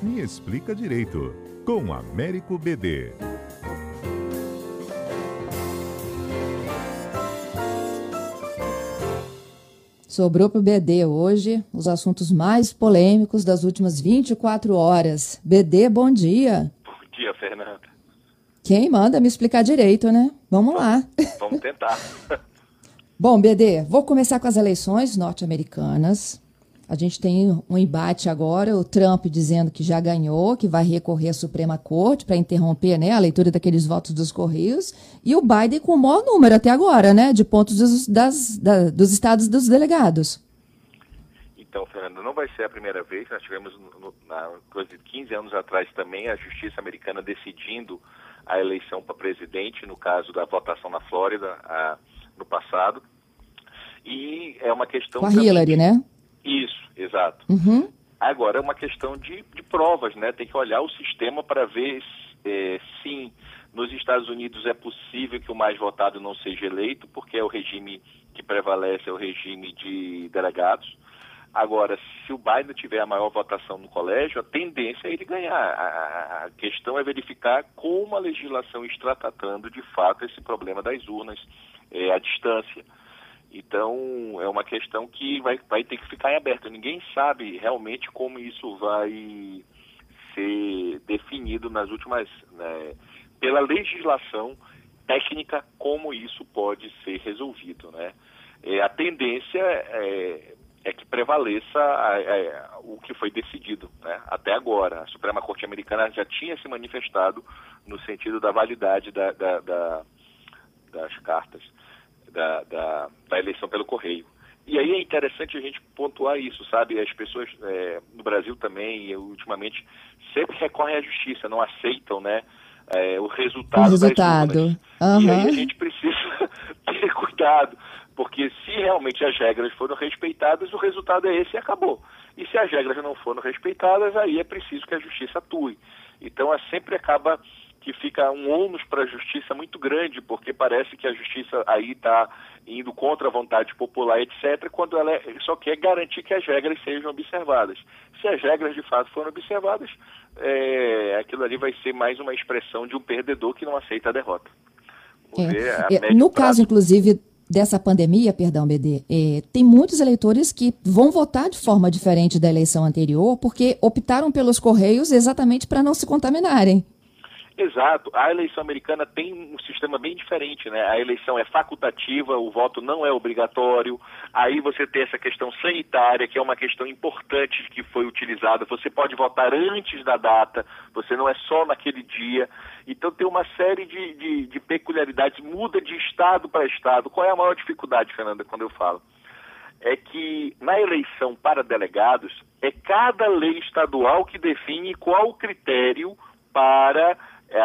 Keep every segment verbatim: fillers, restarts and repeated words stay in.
Me Explica Direito, com Américo B D. Sobrou para o B D hoje os assuntos mais polêmicos das últimas vinte e quatro horas. B D, bom dia. Bom dia, Fernanda. Quem manda me explicar direito, né? Vamos lá. Vamos tentar. Bom, B D, vou começar com as eleições norte-americanas. A gente tem um embate agora, o Trump dizendo que já ganhou, que vai recorrer à Suprema Corte para interromper, né, a leitura daqueles votos dos Correios, e o Biden com o maior número até agora, né, de pontos dos, das, da, dos estados dos delegados. Então, Fernanda, não vai ser a primeira vez. Nós tivemos, no, na coisa de quinze anos atrás também, a justiça americana decidindo a eleição para presidente, no caso da votação na Flórida, a, no passado. E é uma questão... Com a Hillary, né? Isso, exato. Uhum. Agora é uma questão de, de provas, né? Tem que olhar o sistema para ver é, sim, nos Estados Unidos é possível que o mais votado não seja eleito, porque é o regime que prevalece, é o regime de delegados. Agora, se o Biden tiver a maior votação no colégio, a tendência é ele ganhar. A, a questão é verificar como a legislação está tratando de fato esse problema das urnas, é, à distância. Então, é uma questão que vai, vai ter que ficar em aberto. Ninguém sabe realmente como isso vai ser definido nas últimas... Né, pela legislação técnica, como isso pode ser resolvido, né? É, a tendência é, é que prevaleça a, a, o que foi decidido, né, até agora. A Suprema Corte Americana já tinha se manifestado no sentido da validade da, da, da, das cartas. Da, da, da eleição pelo correio. E aí é interessante a gente pontuar isso, sabe? As pessoas é, no Brasil também, e ultimamente, sempre recorrem à justiça, não aceitam, né, é, o resultado, o resultado. das urnas. Uhum. E aí a gente precisa ter cuidado, porque se realmente as regras foram respeitadas, o resultado é esse e acabou. E se as regras não foram respeitadas, aí é preciso que a justiça atue. Então, é, sempre acaba... que fica um ônus para a justiça muito grande, porque parece que a justiça aí está indo contra a vontade popular, etcétera, quando ela é, só quer garantir que as regras sejam observadas. Se as regras de fato forem observadas, é, aquilo ali vai ser mais uma expressão de um perdedor que não aceita a derrota. É. É, no caso, inclusive, dessa pandemia, perdão, B D, é, tem muitos eleitores que vão votar de forma diferente da eleição anterior, porque optaram pelos Correios exatamente para não se contaminarem. Exato. A eleição americana tem um sistema bem diferente, né? A eleição é facultativa, o voto não é obrigatório. Aí você tem essa questão sanitária, que é uma questão importante que foi utilizada. Você pode votar antes da data, você não é só naquele dia. Então tem uma série de, de, de peculiaridades, muda de estado para estado. Qual é a maior dificuldade, Fernanda, quando eu falo? É que na eleição para delegados, é cada lei estadual que define qual o critério para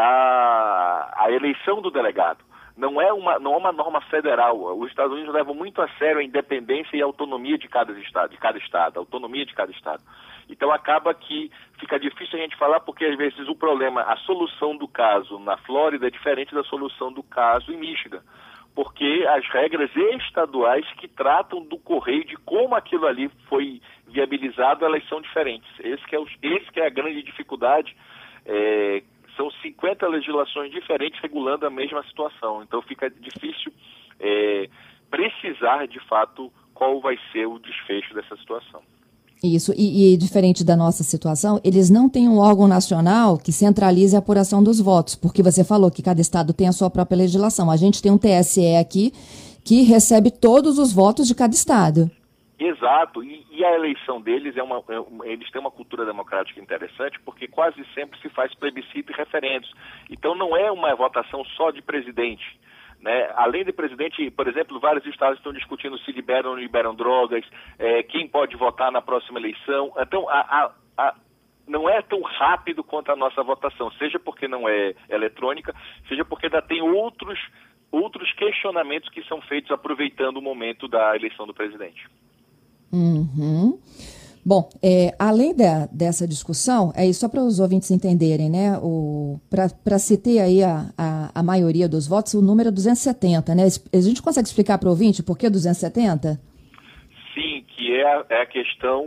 a, a eleição do delegado. Não é, uma, não é uma norma federal. Os Estados Unidos levam muito a sério a independência e a autonomia de cada estado, de cada estado, a autonomia de cada estado. Então acaba que fica difícil a gente falar, porque às vezes o problema, a solução do caso na Flórida é diferente da solução do caso em Michigan, porque as regras estaduais que tratam do correio, de como aquilo ali foi viabilizado, elas são diferentes. Esse que é, o, esse que é a grande dificuldade. É, são cinquenta legislações diferentes regulando a mesma situação. Então fica difícil é, precisar de fato qual vai ser o desfecho dessa situação. Isso, e, e diferente da nossa situação, eles não têm um órgão nacional que centralize a apuração dos votos, porque você falou que cada estado tem a sua própria legislação. A gente tem um T S E aqui que recebe todos os votos de cada estado. Exato, e, e a eleição deles, é uma, é, eles têm uma cultura democrática interessante, porque quase sempre se faz plebiscito e referendos. Então não é uma votação só de presidente, né? Além de presidente, por exemplo, vários estados estão discutindo se liberam ou não liberam drogas, é, quem pode votar na próxima eleição. Então a, a, a, não é tão rápido quanto a nossa votação, seja porque não é eletrônica, seja porque ainda tem outros, outros questionamentos que são feitos aproveitando o momento da eleição do presidente. Uhum. Bom, é, além da, dessa discussão, é só para os ouvintes entenderem, né? Para se ter aí a, a, a maioria dos votos, o número é duzentos e setenta, né? A gente consegue explicar para o ouvinte por que duzentos e setenta? Sim, que é a, é a questão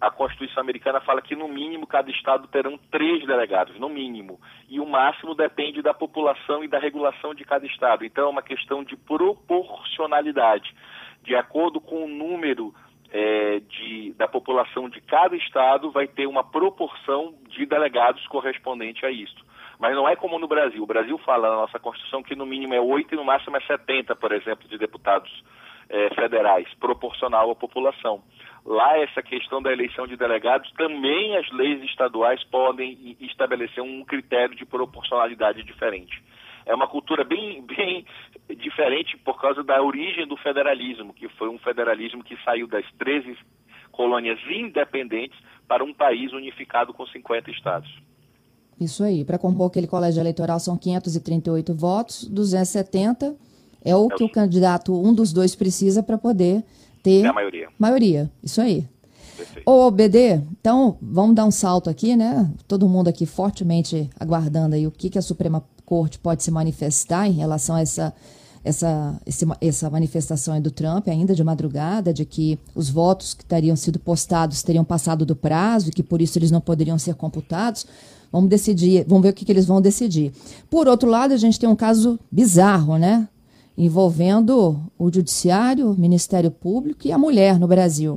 a Constituição americana fala que no mínimo cada estado terão três delegados, no mínimo. E o máximo depende da população e da regulação de cada estado. Então é uma questão de proporcionalidade. De acordo com o número é, de, da população de cada estado, vai ter uma proporção de delegados correspondente a isso. Mas não é como no Brasil. O Brasil fala na nossa Constituição que no mínimo é oito e no máximo é setenta, por exemplo, de deputados é, federais, proporcional à população. Lá, essa questão da eleição de delegados, também as leis estaduais podem estabelecer um critério de proporcionalidade diferente. É uma cultura bem, bem diferente por causa da origem do federalismo, que foi um federalismo que saiu das treze colônias independentes para um país unificado com cinquenta estados. Isso aí. Para compor aquele colégio eleitoral são quinhentos e trinta e oito votos, duzentos e setenta é o que o candidato, um dos dois, precisa para poder ter... É a maioria. Maioria, isso aí. Perfeito. Ô, B D, então vamos dar um salto aqui, né? Todo mundo aqui fortemente aguardando aí o que, que a Suprema Corte pode se manifestar em relação a essa, essa, esse, essa manifestação aí do Trump, ainda de madrugada, de que os votos que teriam sido postados teriam passado do prazo e que por isso eles não poderiam ser computados. Vamos decidir, vamos ver o que, que eles vão decidir. Por outro lado, a gente tem um caso bizarro, né? Envolvendo o Judiciário, o Ministério Público e a mulher no Brasil.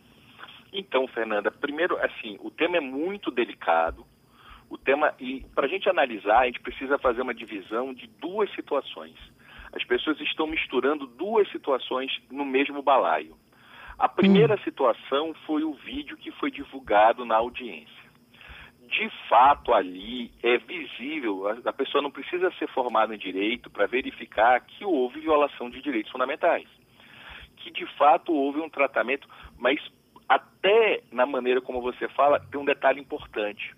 Então, Fernanda, primeiro, assim, o tema é muito delicado. O tema, e para a gente analisar, a gente precisa fazer uma divisão de duas situações. As pessoas estão misturando duas situações no mesmo balaio. A primeira hum. situação foi o vídeo que foi divulgado na audiência. De fato, ali é visível, a, a pessoa não precisa ser formada em direito para verificar que houve violação de direitos fundamentais. Que de fato houve um tratamento, mas até na maneira como você fala, tem um detalhe importante.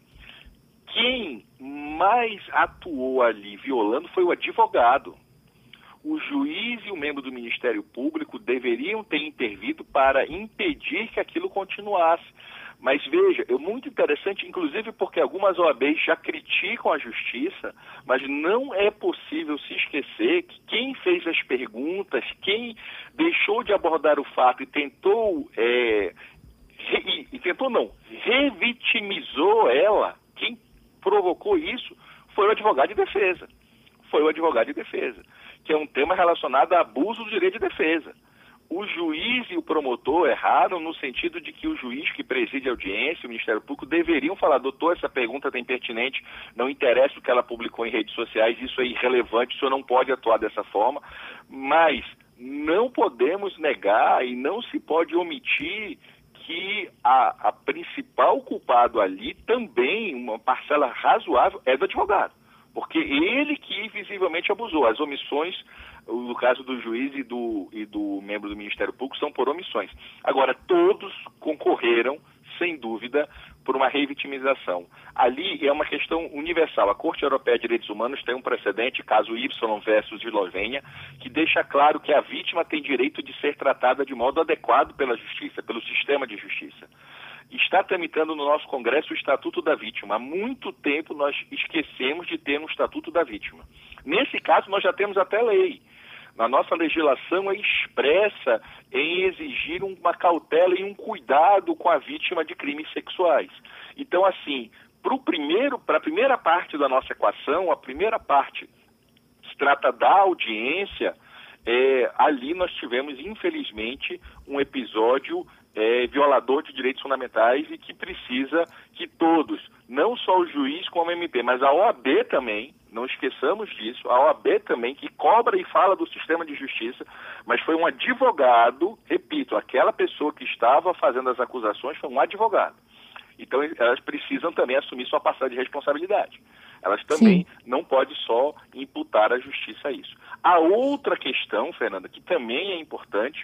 Quem mais atuou ali violando foi o advogado. O juiz e o membro do Ministério Público deveriam ter intervido para impedir que aquilo continuasse. Mas veja, é muito interessante, inclusive porque algumas O A Bs já criticam a justiça, mas não é possível se esquecer que quem fez as perguntas, quem deixou de abordar o fato e tentou, é, re, e tentou não, revitimizou ela, quem provocou isso foi o advogado de defesa. Foi o advogado de defesa, que é um tema relacionado a abuso do direito de defesa. O juiz e o promotor erraram no sentido de que o juiz que preside a audiência, o Ministério Público, deveriam falar: doutor, essa pergunta é impertinente, não interessa o que ela publicou em redes sociais, isso é irrelevante, o senhor não pode atuar dessa forma, mas não podemos negar e não se pode omitir que a, a principal culpado ali também, uma parcela razoável, é do advogado, porque ele que visivelmente abusou. As omissões, no caso do juiz e do, e do membro do Ministério Público, são por omissões. Agora, todos concorreram, sem dúvida, por uma revitimização. Ali é uma questão universal. A Corte Europeia de Direitos Humanos tem um precedente, caso Y versus Eslovênia, que deixa claro que a vítima tem direito de ser tratada de modo adequado pela justiça, pelo sistema de justiça. Está tramitando no nosso Congresso o Estatuto da Vítima. Há muito tempo nós esquecemos de ter um Estatuto da Vítima. Nesse caso, nós já temos até lei. A nossa legislação é expressa em exigir uma cautela e um cuidado com a vítima de crimes sexuais. Então, assim, para a primeira parte da nossa equação, a primeira parte se trata da audiência, é, ali nós tivemos, infelizmente, um episódio é, violador de direitos fundamentais e que precisa que todos, não só o juiz como a M P, mas a O A B também, não esqueçamos disso, a O A B também, que cobra e fala do sistema de justiça, mas foi um advogado, repito, aquela pessoa que estava fazendo as acusações foi um advogado. Então elas precisam também assumir sua parcela de responsabilidade. Elas também Sim. não podem só imputar à justiça isso. A outra questão, Fernanda, que também é importante,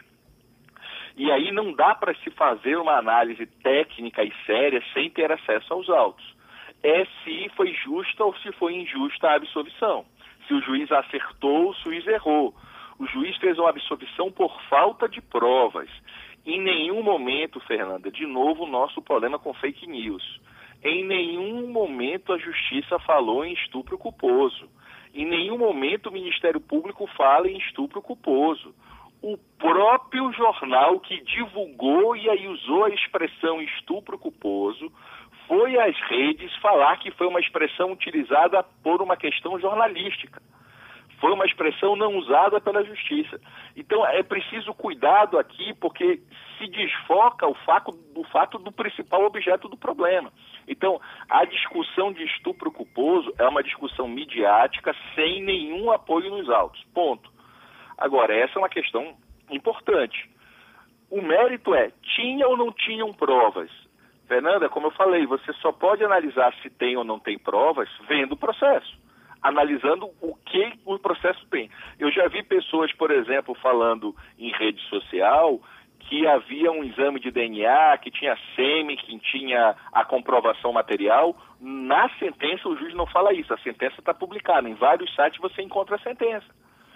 e aí não dá para se fazer uma análise técnica e séria sem ter acesso aos autos, é se foi justa ou se foi injusta a absolvição. Se o juiz acertou, o juiz errou. O juiz fez uma absolvição por falta de provas. Em nenhum momento, Fernanda, de novo o nosso problema com fake news. Em nenhum momento a justiça falou em estupro culposo. Em nenhum momento o Ministério Público fala em estupro culposo. o próprio jornal que divulgou e aí usou a expressão estupro culposo foi às redes falar que foi uma expressão utilizada por uma questão jornalística. Foi uma expressão não usada pela justiça. Então é preciso cuidado aqui, porque se desfoca o fato, o fato do principal objeto do problema. Então, a discussão de estupro culposo é uma discussão midiática sem nenhum apoio nos autos. Ponto. Agora, essa é uma questão importante. O mérito é, tinha ou não tinham provas? Fernanda, como eu falei, você só pode analisar se tem ou não tem provas vendo o processo, analisando o que o processo tem. Eu já vi pessoas, por exemplo, falando em rede social que havia um exame de D N A, que tinha sêmen, que tinha a comprovação material. Na sentença, o juiz não fala isso. A sentença está publicada. Em vários sites você encontra a sentença.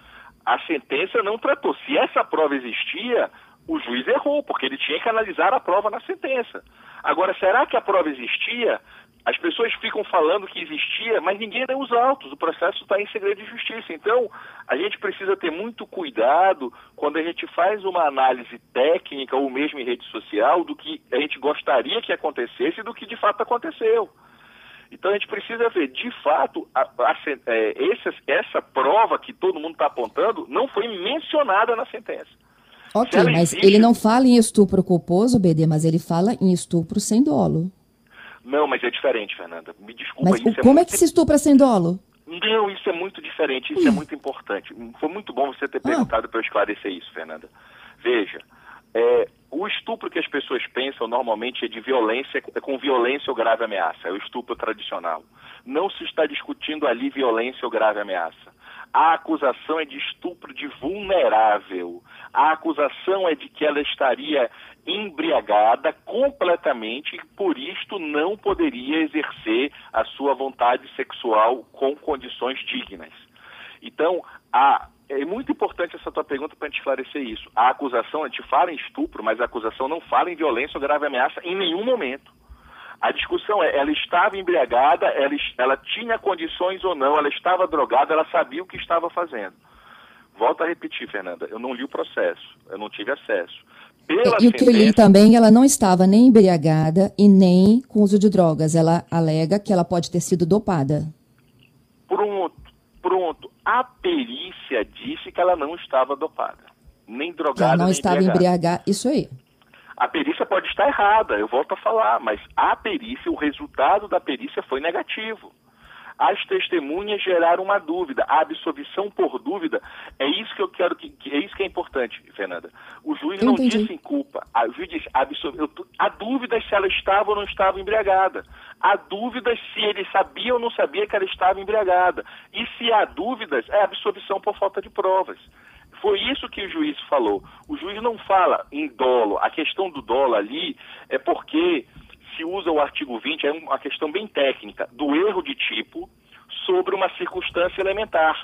A sentença não tratou. Se essa prova existia, o juiz errou, porque ele tinha que analisar a prova na sentença. Agora, será que a prova existia? As pessoas ficam falando que existia, mas ninguém lê os autos, o processo está em segredo de justiça. Então, a gente precisa ter muito cuidado quando a gente faz uma análise técnica ou mesmo em rede social do que a gente gostaria que acontecesse e do que de fato aconteceu. Então, a gente precisa ver, de fato, a, a, é, essa, essa prova que todo mundo está apontando não foi mencionada na sentença. Ok, mas existe... ele não fala em estupro culposo, B D, mas ele fala em estupro sem dolo. Não, mas é diferente, Fernanda. Me desculpa. Mas isso como é, muito... é que se estupra sem dolo? Não, isso é muito diferente, isso hum. é muito importante. Foi muito bom você ter perguntado ah. para eu esclarecer isso, Fernanda. Veja, é, o estupro que as pessoas pensam normalmente é de violência, é com violência ou grave ameaça, é o estupro tradicional. Não se está discutindo ali violência ou grave ameaça. A acusação é de estupro de vulnerável. A acusação é de que ela estaria embriagada completamente e, por isto, não poderia exercer a sua vontade sexual com condições dignas. Então, a, é muito importante essa tua pergunta para a gente esclarecer isso. A acusação, a gente fala em estupro, mas a acusação não fala em violência ou grave ameaça em nenhum momento. A discussão é, ela estava embriagada, ela, ela tinha condições ou não, ela estava drogada, ela sabia o que estava fazendo. Volto a repetir, Fernanda, eu não li o processo, eu não tive acesso. Pela e o que eu li também, ela não estava nem embriagada e nem com uso de drogas. Ela alega que ela pode ter sido dopada. Pronto, pronto. A perícia disse que ela não estava dopada, nem drogada, ela não nem estava embriagada. embriagada, isso aí. A perícia pode estar errada, eu volto a falar, mas a perícia, o resultado da perícia foi negativo. As testemunhas geraram uma dúvida. A absolvição por dúvida, é isso que eu quero, que, que é isso que é importante, Fernanda. O juiz não disse em culpa, a, o juiz disse, absolve, há dúvidas se ela estava ou não estava embriagada. Há dúvidas se ele sabia ou não sabia que ela estava embriagada. E se há dúvidas, é absolvição por falta de provas. Foi isso que o juiz falou. O juiz não fala em dolo. A questão do dolo ali é porque se usa o artigo vinte, é uma questão bem técnica, do erro de tipo sobre uma circunstância elementar.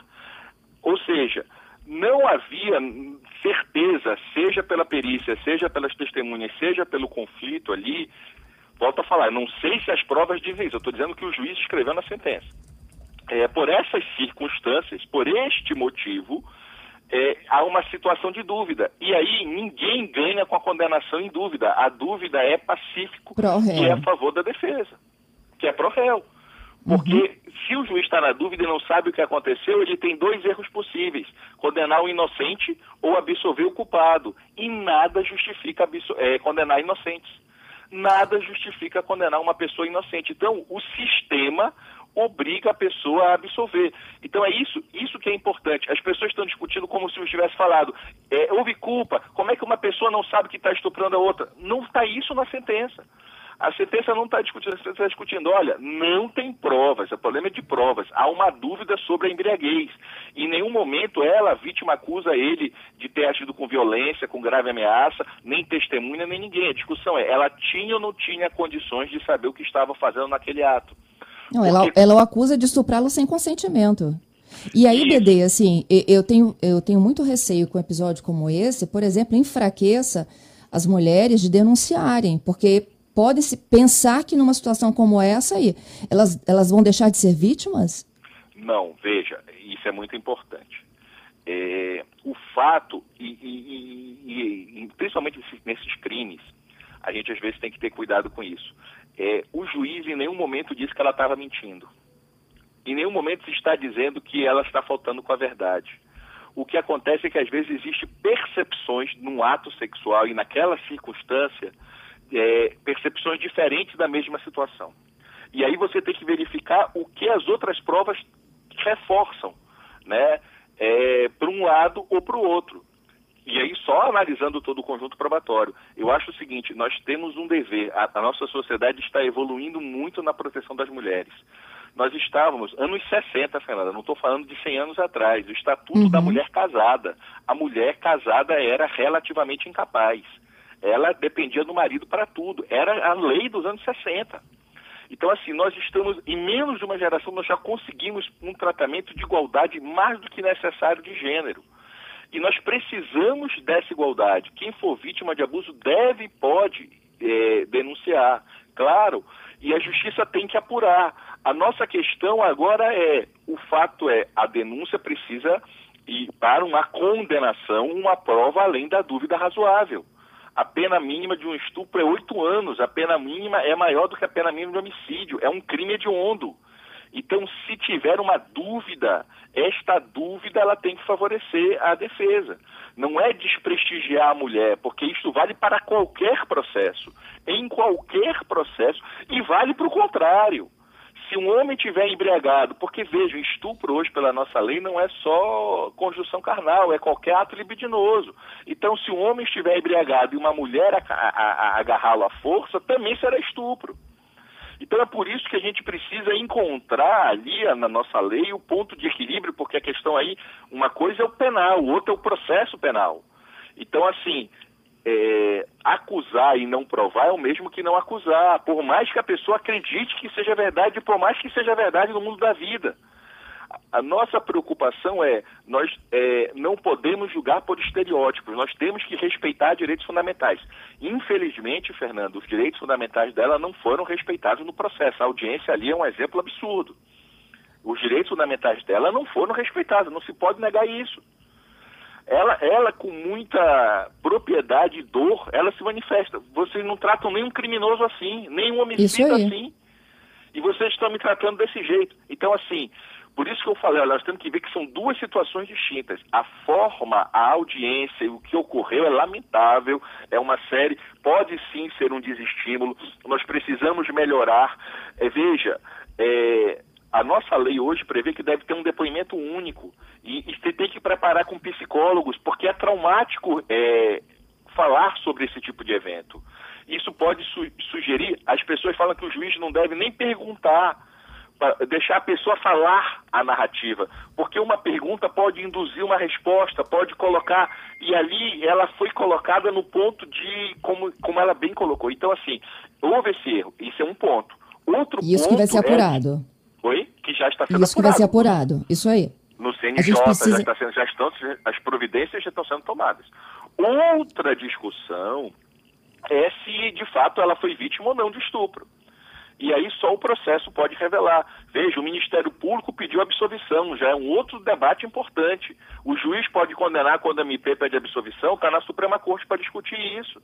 Ou seja, não havia certeza, seja pela perícia, seja pelas testemunhas, seja pelo conflito ali. Volto a falar, não sei se as provas dizem isso, eu estou dizendo que o juiz escreveu na sentença. É, por essas circunstâncias, por este motivo, É, há uma situação de dúvida. E aí ninguém ganha com a condenação em dúvida. A dúvida é pacífico, que é a favor da defesa, que é pro réu. Porque uhum. se o juiz está na dúvida e não sabe o que aconteceu, ele tem dois erros possíveis: condenar o inocente ou absolver o culpado. E nada justifica é, condenar inocentes. Nada justifica condenar uma pessoa inocente. Então, o sistema obriga a pessoa a absolver. Então é isso, isso que é importante. As pessoas estão discutindo como se eu tivesse falado, é, houve culpa, como é que uma pessoa não sabe que está estuprando a outra? Não está isso na sentença. A sentença não está discutindo, a sentença está discutindo, olha, não tem provas, o problema é de provas, há uma dúvida sobre a embriaguez. Em nenhum momento ela, a vítima, acusa ele de ter agido com violência, com grave ameaça, nem testemunha, nem ninguém. A discussão é, ela tinha ou não tinha condições de saber o que estava fazendo naquele ato. Não, ela, ela o acusa de estuprá-lo sem consentimento. E aí, B D, assim, eu tenho, eu tenho muito receio que um episódio como esse, por exemplo, enfraqueça as mulheres de denunciarem, porque pode-se pensar que numa situação como essa aí, elas, elas vão deixar de ser vítimas? Não, veja, isso é muito importante. é, o fato, e, e, e, e principalmente nesses crimes, a gente às vezes tem que ter cuidado com isso. É, o juiz em nenhum momento disse que ela estava mentindo. Em nenhum momento se está dizendo que ela está faltando com a verdade. O que acontece é que às vezes existem percepções num ato sexual e naquela circunstância, é, percepções diferentes da mesma situação. E aí você tem que verificar o que as outras provas reforçam, né, é, para um lado ou para o outro. E aí só analisando todo o conjunto probatório. Eu acho o seguinte, nós temos um dever, a, a nossa sociedade está evoluindo muito na proteção das mulheres. Nós estávamos, anos sessenta, Fernanda, não estou falando de cem anos atrás, o Estatuto uhum. da Mulher Casada. A mulher casada era relativamente incapaz. Ela dependia do marido para tudo. Era a lei dos anos sessenta. Então, assim, nós estamos, em menos de uma geração, nós já conseguimos um tratamento de igualdade mais do que necessário de gênero. E nós precisamos dessa igualdade. Quem for vítima de abuso deve e pode é, denunciar, claro, e a justiça tem que apurar. A nossa questão agora é, o fato é, a denúncia precisa ir para uma condenação, uma prova além da dúvida razoável. A pena mínima de um estupro é oito anos, a pena mínima é maior do que a pena mínima de homicídio, é um crime hediondo. Então, se tiver uma dúvida, esta dúvida ela tem que favorecer a defesa. Não é desprestigiar a mulher, porque isso vale para qualquer processo, em qualquer processo, e vale para o contrário. Se um homem estiver embriagado, porque veja, o estupro hoje pela nossa lei não é só conjunção carnal, é qualquer ato libidinoso. Então, se um homem estiver embriagado e uma mulher a, a, a agarrá-lo à força, também será estupro. Então é por isso que a gente precisa encontrar ali na nossa lei o ponto de equilíbrio, porque a questão aí, uma coisa é o penal, outra é o processo penal. Então, assim, é, acusar e não provar é o mesmo que não acusar, por mais que a pessoa acredite que seja verdade, por mais que seja verdade no mundo da vida. A nossa preocupação é, nós é, não podemos julgar por estereótipos, nós temos que respeitar direitos fundamentais. Infelizmente, Fernando, os direitos fundamentais dela não foram respeitados no processo. A audiência ali é um exemplo absurdo. Os direitos fundamentais dela não foram respeitados, não se pode negar isso. Ela, ela com muita propriedade e dor, ela se manifesta. Vocês não tratam nenhum criminoso assim, nenhum homicida assim. E vocês estão me tratando desse jeito. Então, assim... Por isso que eu falei, olha, nós temos que ver que são duas situações distintas. A forma, a audiência, o que ocorreu é lamentável, é uma série, pode sim ser um desestímulo, nós precisamos melhorar. É, veja, é, a nossa lei hoje prevê que deve ter um depoimento único e, e você tem que preparar com psicólogos, porque é traumático é, falar sobre esse tipo de evento. Isso pode su- sugerir, as pessoas falam que o juiz não deve nem perguntar, deixar a pessoa falar a narrativa, porque uma pergunta pode induzir uma resposta, pode colocar, e ali ela foi colocada no ponto de, como, como ela bem colocou. Então, assim, houve esse erro, isso é um ponto. Outro isso ponto que vai ser apurado. É... Oi? Que já está sendo isso apurado. Isso que apurado. vai ser apurado, isso aí. No C N J precisa... já, está sendo, já estão, as providências já estão sendo tomadas. Outra discussão é se, de fato, ela foi vítima ou não de estupro. E aí só o processo pode revelar. Veja, o Ministério Público pediu absolvição, já é um outro debate importante. O juiz pode condenar quando a M P pede absolvição, está na Suprema Corte para discutir isso.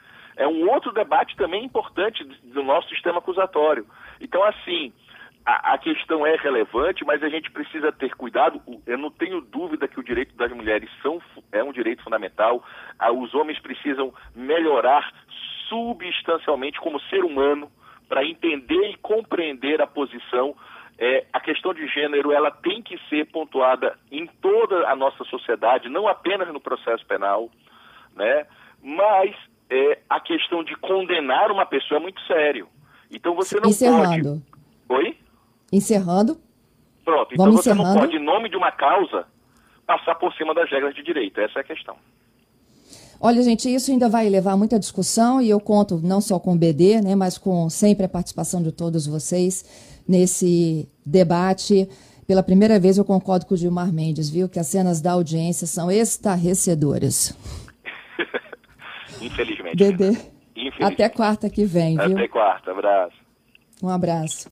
É um outro debate também importante do nosso sistema acusatório. Então, assim, a, a questão é relevante, mas a gente precisa ter cuidado. Eu não tenho dúvida que o direito das mulheres são, é um direito fundamental. Os homens precisam melhorar substancialmente como ser humano, para entender e compreender a posição. É, a questão de gênero ela tem que ser pontuada em toda a nossa sociedade, não apenas no processo penal, né? Mas é, a questão de condenar uma pessoa é muito sério. Então você não Encerrando. pode... Oi? Encerrando. Pronto, então Vamos você encerrando. não pode, em nome de uma causa, passar por cima das regras de direito. Essa é a questão. Olha, gente, isso ainda vai levar muita discussão e eu conto não só com o B D, né, mas com sempre a participação de todos vocês nesse debate. Pela primeira vez eu concordo com o Gilmar Mendes, viu, que as cenas da audiência são estarrecedoras. Infelizmente. B D, Infelizmente. até quarta que vem, viu? Até quarta, abraço. Um abraço.